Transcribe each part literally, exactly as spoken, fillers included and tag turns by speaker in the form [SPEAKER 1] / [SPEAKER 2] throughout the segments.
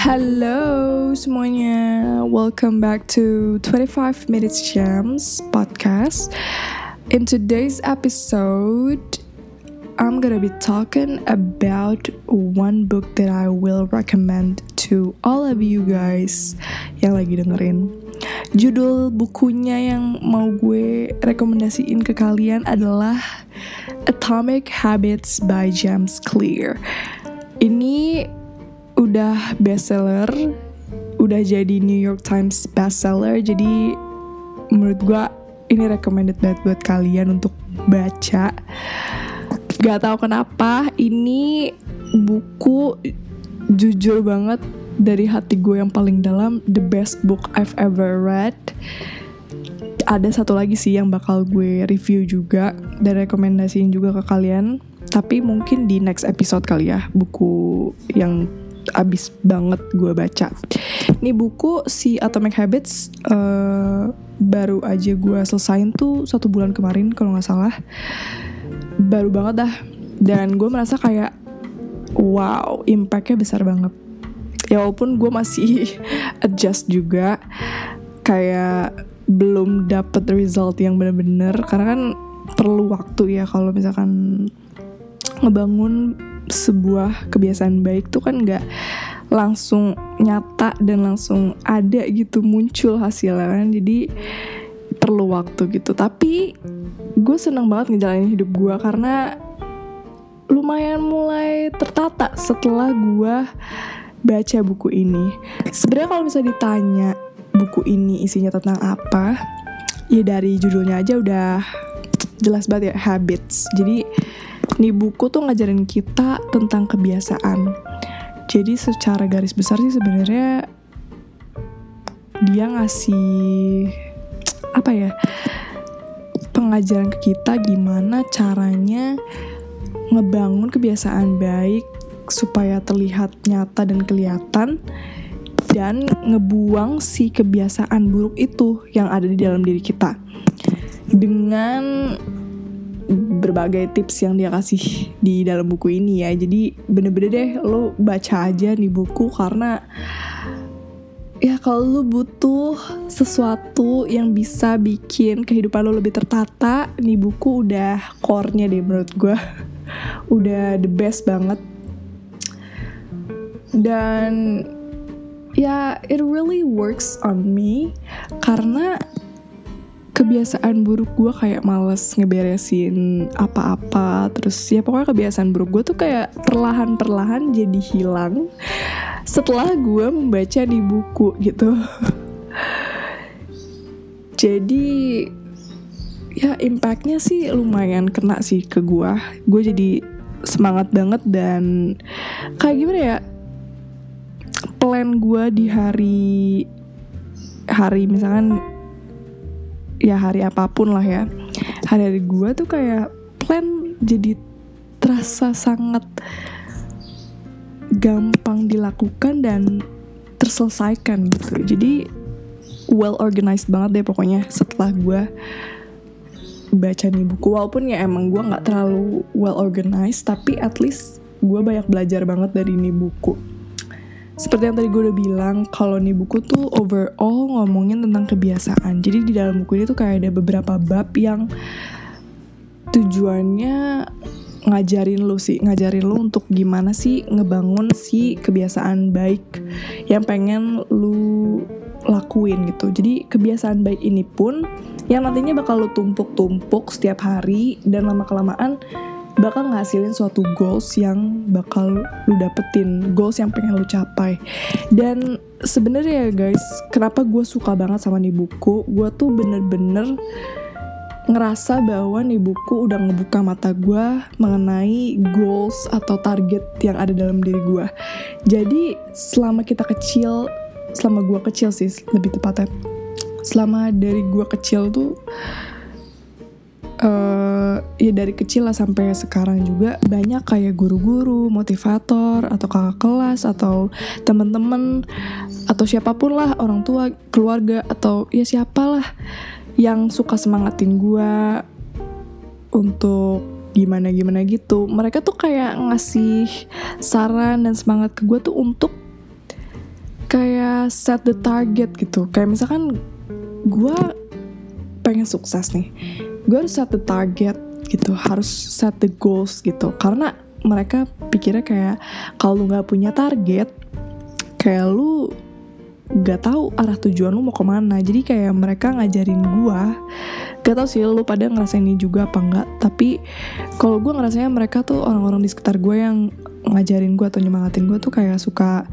[SPEAKER 1] Halo semuanya, welcome back to twenty-five Minutes Jams podcast. In today's episode, I'm gonna be talking about one book that I will recommend to all of you guys yang lagi dengerin. Judul bukunya yang mau gue rekomendasiin ke kalian adalah Atomic Habits by James Clear. Ini udah bestseller, udah jadi New York Times bestseller. Jadi menurut gue ini recommended banget buat kalian untuk baca. Gak tahu kenapa ini buku jujur banget dari hati gue yang paling dalam, the best book I've ever read. Ada satu lagi sih yang bakal gue review juga dan rekomendasiin juga ke kalian, tapi mungkin di next episode kali ya, buku yang abis banget gue baca. Ini buku si Atomic Habits uh, baru aja gue selesain tuh satu bulan kemarin kalau gak salah. Baru banget dah. Dan gue merasa kayak wow, impact-nya besar banget. Ya walaupun gue masih adjust juga, kayak belum dapet result yang bener-bener, karena kan perlu waktu ya kalau misalkan ngebangun sebuah kebiasaan baik tuh kan gak langsung nyata dan langsung ada gitu muncul hasilnya kan, jadi perlu waktu gitu. Tapi gue senang banget ngejalanin hidup gue karena lumayan mulai tertata setelah gue baca buku ini. Sebenarnya kalau misalnya ditanya buku ini isinya tentang apa, ya dari judulnya aja udah jelas banget ya, habits. Jadi ini buku tuh ngajarin kita tentang kebiasaan. Jadi secara garis besar sih sebenarnya dia ngasih apa ya, pengajaran ke kita gimana caranya ngebangun kebiasaan baik supaya terlihat nyata dan kelihatan, dan ngebuang si kebiasaan buruk itu yang ada di dalam diri kita dengan berbagai tips yang dia kasih di dalam buku ini ya. Jadi bener-bener deh lo baca aja nih buku, karena ya kalau lo butuh sesuatu yang bisa bikin kehidupan lo lebih tertata, nih buku udah core-nya deh menurut gue. Udah the best banget. Dan ya it really works on me, karena kebiasaan buruk gue kayak males ngeberesin apa-apa. Terus ya pokoknya kebiasaan buruk gue tuh kayak perlahan-perlahan jadi hilang setelah gue membaca di buku gitu. Jadi ya impactnya sih lumayan kena sih ke gue. Gue jadi semangat banget dan kayak gimana ya, plan gue di hari hari misalkan ya hari apapun lah ya, hari-hari gue tuh kayak plan jadi terasa sangat gampang dilakukan dan terselesaikan gitu. Jadi well organized banget deh pokoknya setelah gue baca nih buku. Walaupun ya emang gue gak terlalu well organized, tapi at least gue banyak belajar banget dari nih buku. Seperti yang tadi gue udah bilang, kalau nih buku tuh overall ngomongin tentang kebiasaan. Jadi di dalam buku ini tuh kayak ada beberapa bab yang tujuannya ngajarin lu sih, ngajarin lu untuk gimana sih ngebangun si kebiasaan baik yang pengen lu lakuin gitu. Jadi kebiasaan baik ini pun yang nantinya bakal lu tumpuk-tumpuk setiap hari, dan lama-kelamaan bakal ngasilin suatu goals yang bakal lu dapetin, goals yang pengen lu capai. Dan sebenarnya ya guys, kenapa gue suka banget sama nih buku, gue tuh bener-bener ngerasa bahwa nih buku udah ngebuka mata gue mengenai goals atau target yang ada dalam diri gue. Jadi selama kita kecil, selama gue kecil sih lebih tepatnya, selama dari gue kecil tuh Uh, ya dari kecil lah sampai sekarang juga banyak kayak guru-guru, motivator, atau kakak kelas, atau teman-teman, atau siapapun lah, orang tua, keluarga, atau ya siapalah yang suka semangatin gue untuk gimana-gimana gitu. Mereka tuh kayak ngasih saran dan semangat ke gue tuh untuk kayak set the target gitu. Kayak misalkan gue pengen sukses nih, gue harus set the target gitu, harus set the goals gitu. Karena mereka pikirnya kayak kalau lu nggak punya target, kayak lu nggak tahu arah tujuan lu mau kemana. Jadi kayak mereka ngajarin gue, gak tau sih lu pada ngerasain ini juga apa enggak, tapi kalau gue ngerasanya mereka tuh orang-orang di sekitar gue yang ngajarin gue atau nyemangatin gue tuh kayak suka,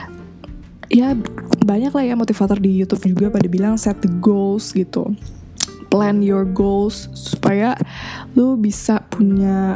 [SPEAKER 1] ya banyak lah ya motivator di YouTube juga pada bilang set the goals gitu, plan your goals supaya lu bisa punya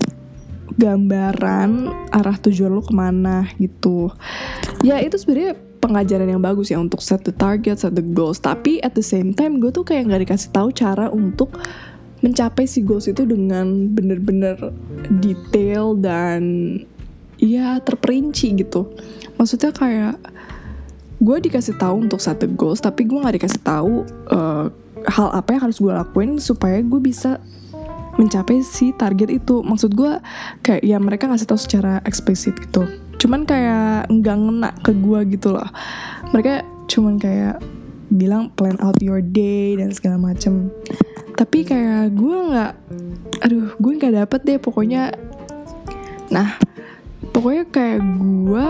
[SPEAKER 1] gambaran arah tujuan lu kemana gitu. Ya itu sebenarnya pengajaran yang bagus ya untuk set the target, set the goals. Tapi at the same time gue tuh kayak nggak dikasih tahu cara untuk mencapai si goals itu dengan bener-bener detail dan ya terperinci gitu. Maksudnya kayak gue dikasih tahu untuk set the goals, tapi gue nggak dikasih tahu uh, hal apa yang harus gue lakuin supaya gue bisa mencapai si target itu. Maksud gue kayak ya mereka ngasih tahu secara eksplisit gitu, cuman kayak nggak ngena ke gue gitu loh. Mereka cuman kayak bilang plan out your day dan segala macem, tapi kayak gue nggak, aduh gue nggak dapet deh pokoknya. Nah pokoknya kayak gue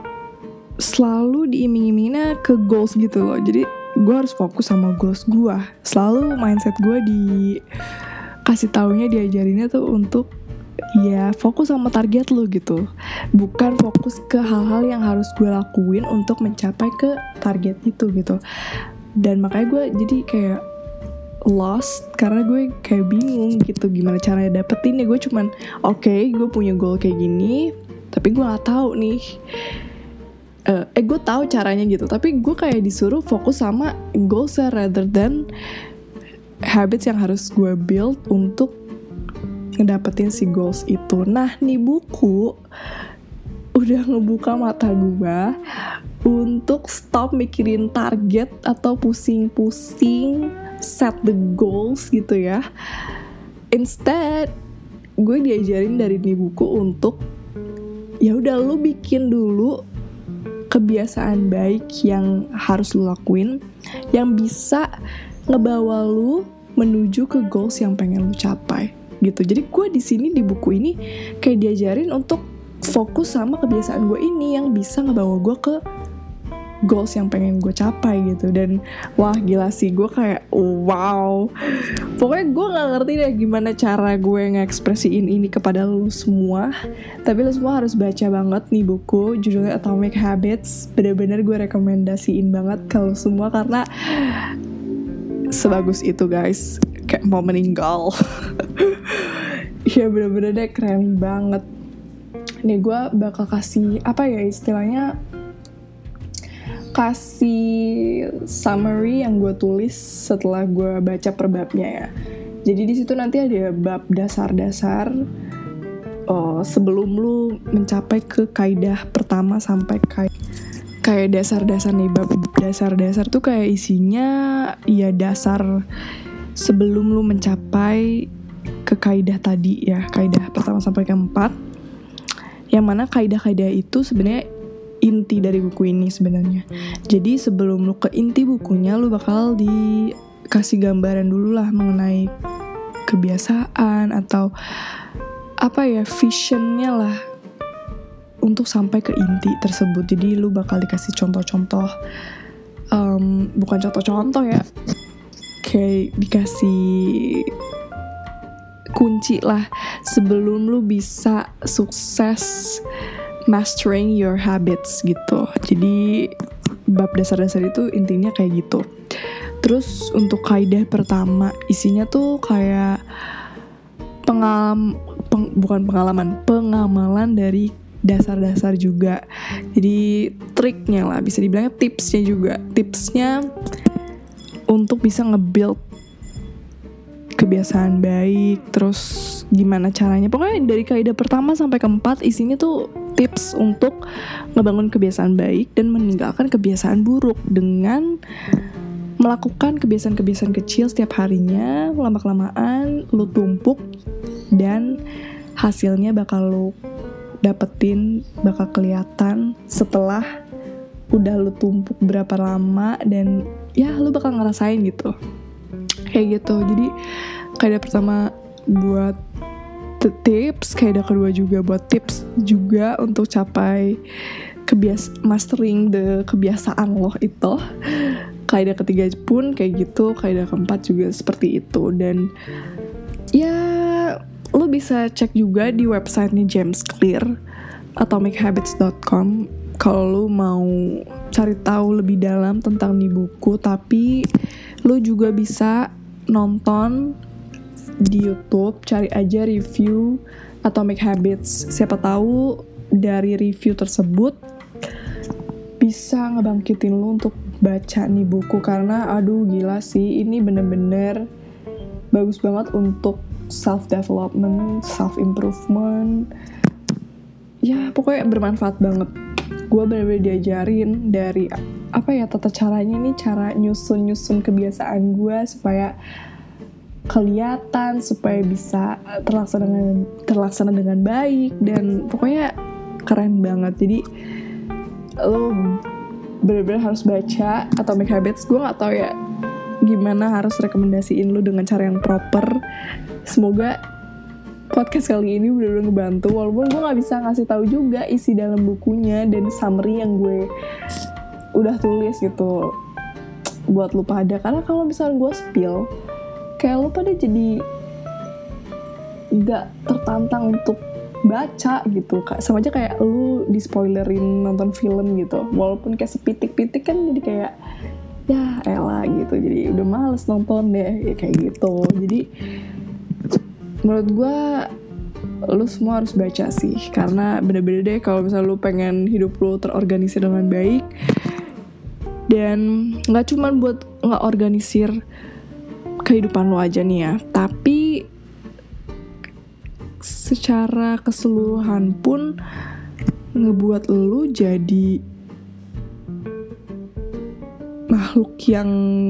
[SPEAKER 1] selalu diiming-iminginnya ke goals gitu loh. Jadi gue harus fokus sama goals gue. Selalu mindset gue di kasih taunya, diajarinnya tuh untuk ya fokus sama target lo gitu, bukan fokus ke hal-hal yang harus gue lakuin untuk mencapai ke target itu gitu. Dan makanya gue jadi kayak lost karena gue kayak bingung gitu gimana caranya dapetinnya. Gue cuman oke okay, gue punya goal kayak gini, tapi gue nggak tahu nih uh, eh gue tahu caranya gitu, tapi gue kayak disuruh fokus sama goalsnya rather than habits yang harus gue build untuk ngedapetin si goals itu. Nah nih buku udah ngebuka mata gue untuk stop mikirin target atau pusing-pusing set the goals gitu ya. Instead gue diajarin dari nih buku untuk ya udah lu bikin dulu kebiasaan baik yang harus lu lakuin, yang bisa ngebawa lu menuju ke goals yang pengen lu capai gitu. Jadi gue di sini di buku ini kayak diajarin untuk fokus sama kebiasaan gue ini yang bisa ngebawa gue ke goals yang pengen gue capai gitu. Dan wah gila sih, gue kayak wow, pokoknya gue nggak ngerti deh gimana cara gue ngekspresiin ini kepada lu semua. Tapi lu semua harus baca banget nih buku, judulnya Atomic Habits. Bener-bener gue rekomendasiin banget kalau semua karena sebagus itu guys, kayak mau meninggal. Ya bener-bener deh keren banget. Nih gue bakal kasih apa ya istilahnya, kasih summary yang gue tulis setelah gue baca per babnya ya. Jadi di situ nanti ada bab dasar-dasar oh, sebelum lu mencapai ke kaidah pertama sampai kayak kayak dasar-dasar nih. Bab dasar-dasar tuh kayak isinya ya dasar sebelum lu mencapai ke kaidah tadi ya, kaidah pertama sampai keempat, yang mana kaidah-kaidah itu sebenarnya inti dari buku ini sebenarnya. Jadi sebelum lu ke inti bukunya, lu bakal dikasih gambaran dulu lah mengenai kebiasaan atau apa ya, visionnya lah untuk sampai ke inti tersebut. Jadi lu bakal dikasih contoh-contoh, um, bukan contoh-contoh ya, kayak dikasih kunci lah sebelum lu bisa sukses mastering your habits gitu. Jadi bab dasar-dasar itu intinya kayak gitu. Terus untuk kaidah pertama isinya tuh kayak pengalaman, peng, bukan pengalaman, pengamalan dari dasar-dasar juga. Jadi triknya lah, bisa dibilangnya tipsnya juga. Tipsnya untuk bisa nge-build kebiasaan baik, terus gimana caranya. Pokoknya dari kaidah pertama sampai keempat isinya tuh tips untuk ngebangun kebiasaan baik dan meninggalkan kebiasaan buruk dengan melakukan kebiasaan-kebiasaan kecil setiap harinya. Lama-kelamaan lu tumpuk dan hasilnya bakal lu dapetin, bakal kelihatan setelah udah lu tumpuk berapa lama, dan ya lu bakal ngerasain gitu. Kayak gitu. Jadi kaidah pertama buat tips, kaidah kedua juga buat tips juga untuk capai kebias mastering the kebiasaan lo itu. Kaidah ketiga pun kayak gitu, kaidah keempat juga seperti itu. Dan ya lo bisa cek juga di websitenya James Clear, atomic habits dot com, kalau lo mau cari tahu lebih dalam tentang di buku. Tapi lo juga bisa nonton di YouTube, cari aja review Atomic Habits. Siapa tahu dari review tersebut bisa ngebangkitin lo untuk baca nih buku. Karena aduh gila sih, ini bener-bener bagus banget untuk self-development, self-improvement. Ya pokoknya bermanfaat banget. Gue bener-bener diajarin dari apa ya, tata caranya nih, cara nyusun-nyusun kebiasaan gue supaya kelihatan, supaya bisa terlaksana dengan terlaksana dengan baik. Dan pokoknya keren banget. Jadi lo bener-bener harus baca Atomic Habits. Gue nggak tahu ya gimana harus rekomendasiin lo dengan cara yang proper. Semoga podcast kali ini bener-bener ngebantu, walaupun gue nggak bisa ngasih tahu juga isi dalam bukunya dan summary yang gue udah tulis gitu buat lo pada. Karena kalau misalnya gue spill, kayak lo pada jadi gak tertantang untuk baca gitu. Sama aja kayak lo di spoilerin nonton film gitu. Walaupun kayak sepitik-pitik kan jadi kayak ya elah gitu. Jadi udah males nonton deh ya, kayak gitu. Jadi menurut gue lo semua harus baca sih. Karena bener-bener deh kalau misalnya lo pengen hidup lo terorganisir dengan baik. Dan gak cuman buat gak organisir kehidupan lo aja nih ya, tapi secara keseluruhan pun ngebuat lo jadi makhluk yang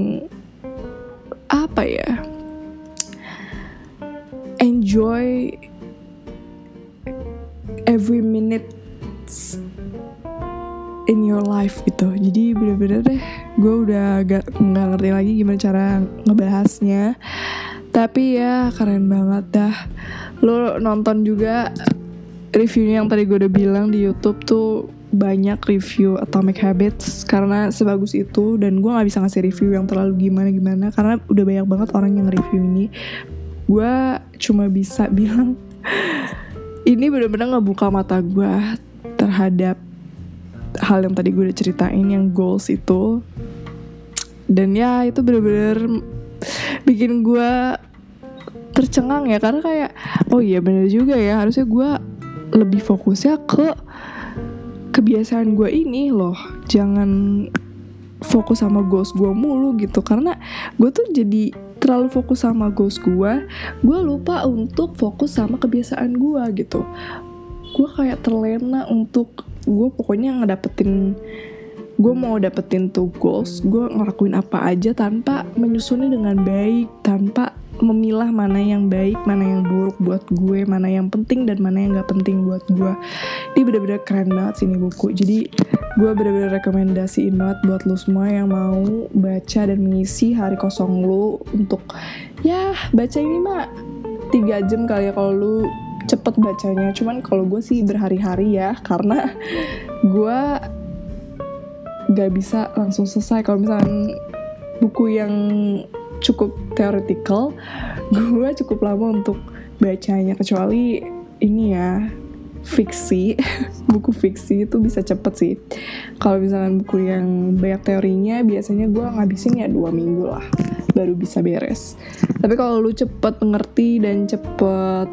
[SPEAKER 1] apa ya, enjoy every minute in your life gitu. Jadi bener-bener deh, gue udah gak, gak ngerti lagi gimana cara ngebahasnya. Tapi ya keren banget dah. Lo nonton juga reviewnya yang tadi gue udah bilang di YouTube tuh, banyak review Atomic Habits. Karena sebagus itu, dan gue gak bisa ngasih review yang terlalu gimana-gimana karena udah banyak banget orang yang review ini. Gue cuma bisa bilang ini bener-bener ngebuka mata gue terhadap hal yang tadi gue udah ceritain, yang goals itu. Dan ya itu bener-bener bikin gue tercengang ya, karena kayak oh iya bener juga ya, harusnya gue lebih fokusnya ke kebiasaan gue ini loh, jangan fokus sama goals gue mulu gitu. Karena gue tuh jadi terlalu fokus sama goals gue, gue lupa untuk fokus sama kebiasaan gue gitu. Gue kayak terlena untuk gue pokoknya ngedapetin, gue mau dapetin tuh goals, gue ngelakuin apa aja tanpa menyusunnya dengan baik, tanpa memilah mana yang baik, mana yang buruk buat gue, mana yang penting dan mana yang gak penting buat gue. Ini bener-bener keren banget sih ini buku. Jadi gue bener-bener rekomendasiin banget buat lo semua yang mau baca dan mengisi hari kosong lo untuk ya baca ini mah tiga jam kali ya kalau lo cepet bacanya. Cuman kalau gue sih berhari-hari ya, karena gue gak bisa langsung selesai. Kalau misalnya buku yang cukup theoretical, gue cukup lama untuk bacanya. Kecuali ini ya fiksi, buku fiksi itu bisa cepet sih. Kalau misalnya buku yang banyak teorinya, biasanya gue ngabisin ya dua minggu lah baru bisa beres. Tapi kalau lu cepet ngerti dan cepet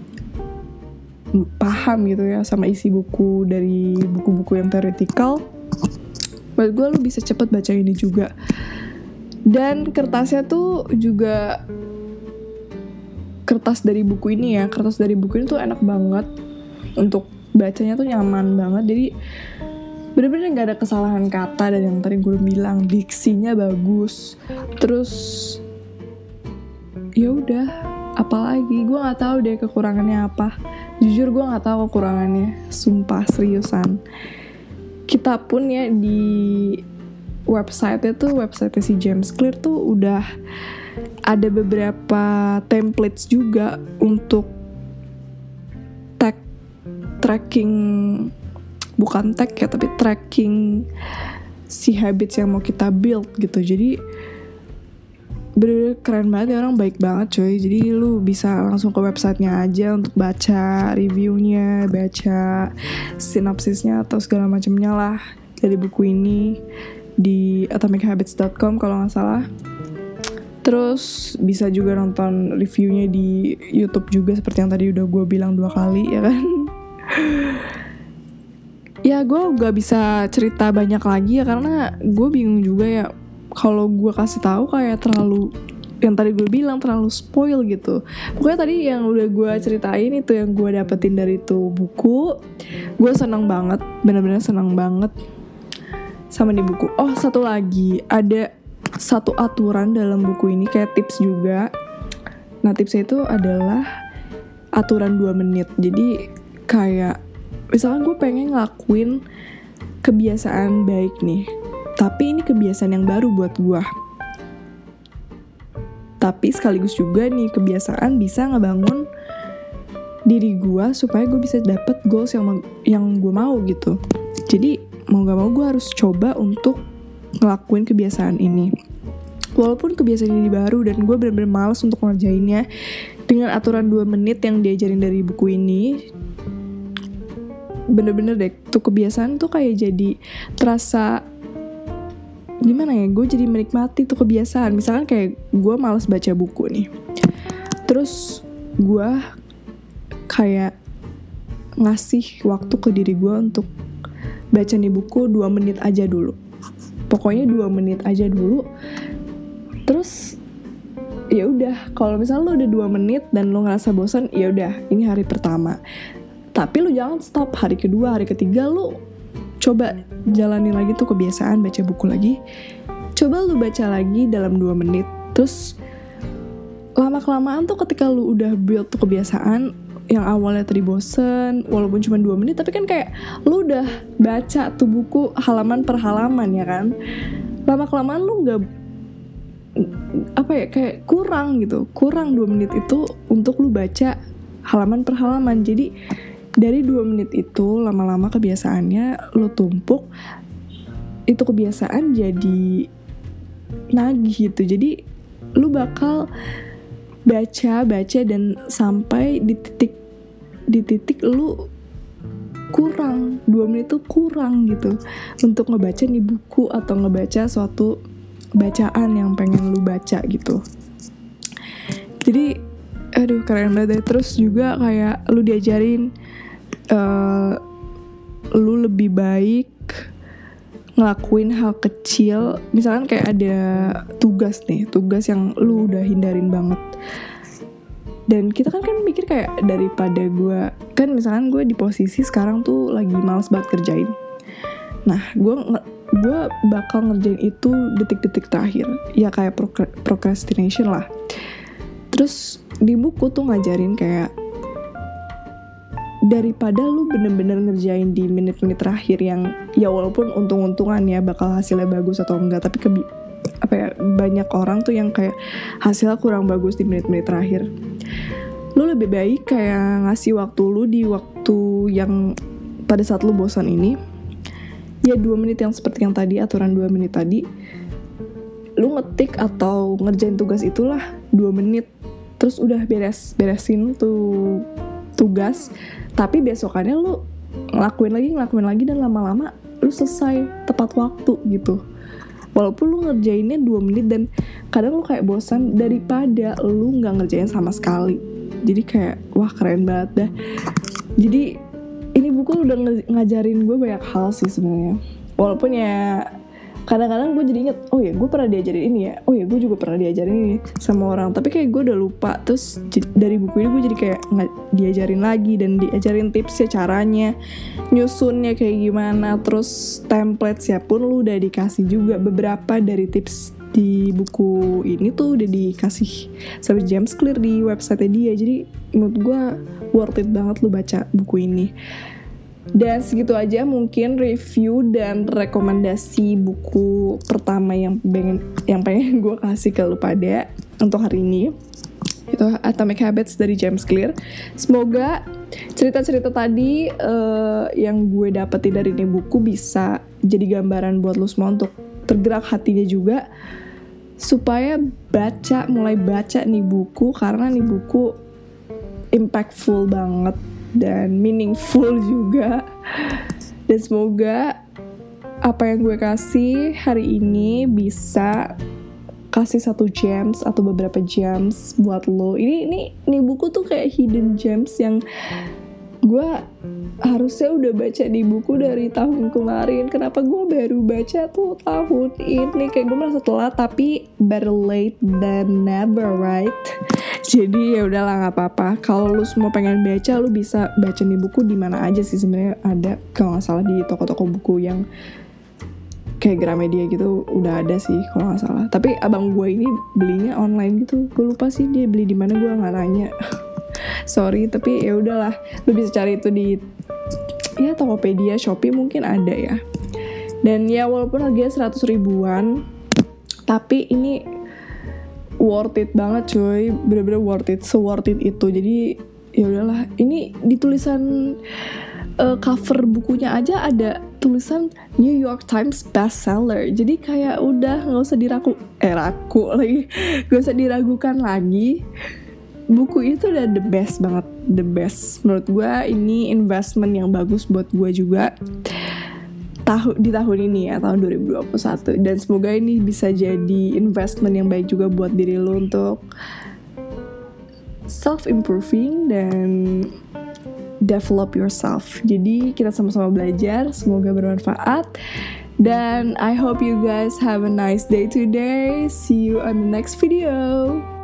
[SPEAKER 1] paham gitu ya sama isi buku dari buku-buku yang theoretical, menurut gue lu bisa cepet baca ini juga. Dan kertasnya tuh juga kertas dari buku ini ya, kertas dari buku ini tuh enak banget untuk bacanya, tuh nyaman banget. Jadi bener-bener gak ada kesalahan kata, dan yang tadi gue bilang diksinya bagus. Terus ya udah, apalagi gue nggak tahu deh kekurangannya apa. Jujur gue nggak tahu kekurangannya, sumpah seriusan. kita pun ya di website-nya tuh, website si James Clear tuh udah ada beberapa templates juga untuk tag tracking, bukan tag ya, tapi tracking si habits yang mau kita build gitu. Jadi bener-bener keren banget ya, orang baik banget coy. Jadi lu bisa langsung ke websitenya aja untuk baca reviewnya, baca sinopsisnya atau segala macamnya lah dari buku ini di atomic habits dot com kalau nggak salah. Terus bisa juga nonton reviewnya di YouTube juga seperti yang tadi udah gue bilang dua kali ya kan. Ya gue gak bisa cerita banyak lagi ya karena gue bingung juga ya. Kalau gue kasih tahu kayak terlalu, yang tadi gue bilang terlalu spoil gitu. Pokoknya tadi yang udah gue ceritain itu yang gue dapetin dari itu buku. Gue seneng banget, bener-bener seneng banget sama di buku. Oh satu lagi, ada satu aturan dalam buku ini kayak tips juga. Nah tipsnya itu adalah aturan dua menit. Jadi kayak misalkan gue pengen ngelakuin kebiasaan baik nih, tapi ini kebiasaan yang baru buat gue, tapi sekaligus juga nih kebiasaan bisa ngebangun diri gue supaya gue bisa dapet goals yang yang gue mau gitu. Jadi mau gak mau gue harus coba untuk ngelakuin kebiasaan ini, walaupun kebiasaan ini baru dan gue bener-bener males untuk ngerjainnya. Dengan aturan dua menit yang diajarin dari buku ini, bener-bener deh tuh kebiasaan tuh kayak jadi terasa gimana ya, gue jadi menikmati tuh kebiasaan. Misalkan kayak gue malas baca buku nih, terus gue kayak ngasih waktu ke diri gue untuk baca nih buku dua menit aja dulu. Pokoknya dua menit aja dulu. Terus ya udah, kalau misalnya lo udah dua menit dan lo ngerasa bosan, ya udah, ini hari pertama. Tapi lo jangan stop, hari kedua, hari ketiga lo coba jalanin lagi tuh kebiasaan baca buku lagi. Coba lu baca lagi dalam dua menit. Terus lama-kelamaan tuh ketika lu udah build tuh kebiasaan yang awalnya tadi bosen, walaupun cuma dua menit, tapi kan kayak lu udah baca tuh buku halaman per halaman ya kan. Lama-kelamaan lu gak, apa ya, kayak kurang gitu. Kurang dua menit itu untuk lu baca halaman per halaman. Jadi dari dua menit itu lama-lama kebiasaannya lu tumpuk, itu kebiasaan jadi nagih gitu. Jadi lu bakal baca baca dan sampai di titik di titik lu kurang dua menit tuh kurang gitu untuk ngebaca nih buku atau ngebaca suatu bacaan yang pengen lu baca gitu. Jadi aduh keren banget. Terus juga kayak lu diajarin uh, lu lebih baik ngelakuin hal kecil. Misalkan kayak ada tugas nih, tugas yang lu udah hindarin banget. Dan kita kan kan mikir kayak daripada gue, kan misalkan gue di posisi sekarang tuh lagi malas banget kerjain. Nah, gue gue bakal ngerjain itu detik-detik terakhir. Ya kayak procrastination lah. Terus di buku tuh ngajarin kayak daripada lu bener-bener ngerjain di menit-menit terakhir yang ya walaupun untung-untungan ya bakal hasilnya bagus atau enggak, tapi kebi- apa ya, banyak orang tuh yang kayak hasilnya kurang bagus di menit-menit terakhir. Lu lebih baik kayak ngasih waktu lu di waktu yang pada saat lu bosan ini, ya dua menit yang seperti yang tadi, aturan dua menit tadi, lu ngetik atau ngerjain tugas itulah dua menit. Terus udah beres beresin tuh tugas, tapi besokannya lu ngelakuin lagi ngelakuin lagi dan lama-lama lu selesai tepat waktu gitu. Walaupun lu ngerjainnya dua menit dan kadang lu kayak bosan daripada lu nggak ngerjain sama sekali. Jadi kayak wah keren banget dah. Jadi ini buku udah ngajarin gue banyak hal sih sebenarnya. Walaupun ya kadang-kadang gue jadi inget, oh ya gue pernah diajarin ini ya, oh ya gue juga pernah diajarin ini sama orang, tapi kayak gue udah lupa. Terus dari buku ini gue jadi kayak nggak diajarin lagi dan diajarin tipsnya, caranya nyusunnya kayak gimana, terus template-nya pun lu udah dikasih juga. Beberapa dari tips di buku ini tuh udah dikasih sama James Clear di website dia. Jadi menurut gue worth it banget lu baca buku ini. Dan segitu aja mungkin review dan rekomendasi buku pertama yang pengen yang pengen gue kasih ke lu pada untuk hari ini. Itu Atomic Habits dari James Clear. Semoga cerita-cerita tadi uh, yang gue dapetin dari ini buku bisa jadi gambaran buat lu semua untuk tergerak hatinya juga, supaya baca, mulai baca nih buku, karena nih buku impactful banget dan meaningful juga. Dan semoga apa yang gue kasih hari ini bisa kasih satu gems atau beberapa gems buat lo. Ini ini ini buku tuh kayak hidden gems yang gue harusnya udah baca di buku dari tahun kemarin. Kenapa gue baru baca tuh tahun ini? Kayak gue merasa telat, tapi better late than never, right? Jadi ya udahlah, nggak apa-apa. Kalau lu semua pengen baca, lu bisa baca nih buku di mana aja sih sebenarnya. Ada kalau nggak salah di toko-toko buku yang kayak Gramedia gitu udah ada sih kalau nggak salah. Tapi abang gue ini belinya online gitu. Gue lupa sih dia beli di mana, gue nggak nanya. Sorry, tapi ya udahlah. Lu bisa cari itu di ya Tokopedia, Shopee mungkin ada ya. Dan ya walaupun harganya seratus ribuan, tapi ini worth it banget cuy, bener-bener worth it, se-worth it itu. Jadi ya udahlah, ini di tulisan uh, cover bukunya aja ada tulisan New York Times bestseller. Jadi kayak udah nggak usah diraku, eh raku lagi, nggak usah diragukan lagi. Buku itu udah the best banget, the best. Menurut gue ini investment yang bagus buat gue juga. Tahu di tahun ini ya, tahun dua ribu dua puluh satu, dan semoga ini bisa jadi investment yang baik juga buat diri lo untuk self improving dan develop yourself. Jadi kita sama-sama belajar, semoga bermanfaat, dan I hope you guys have a nice day today. See you on the next video.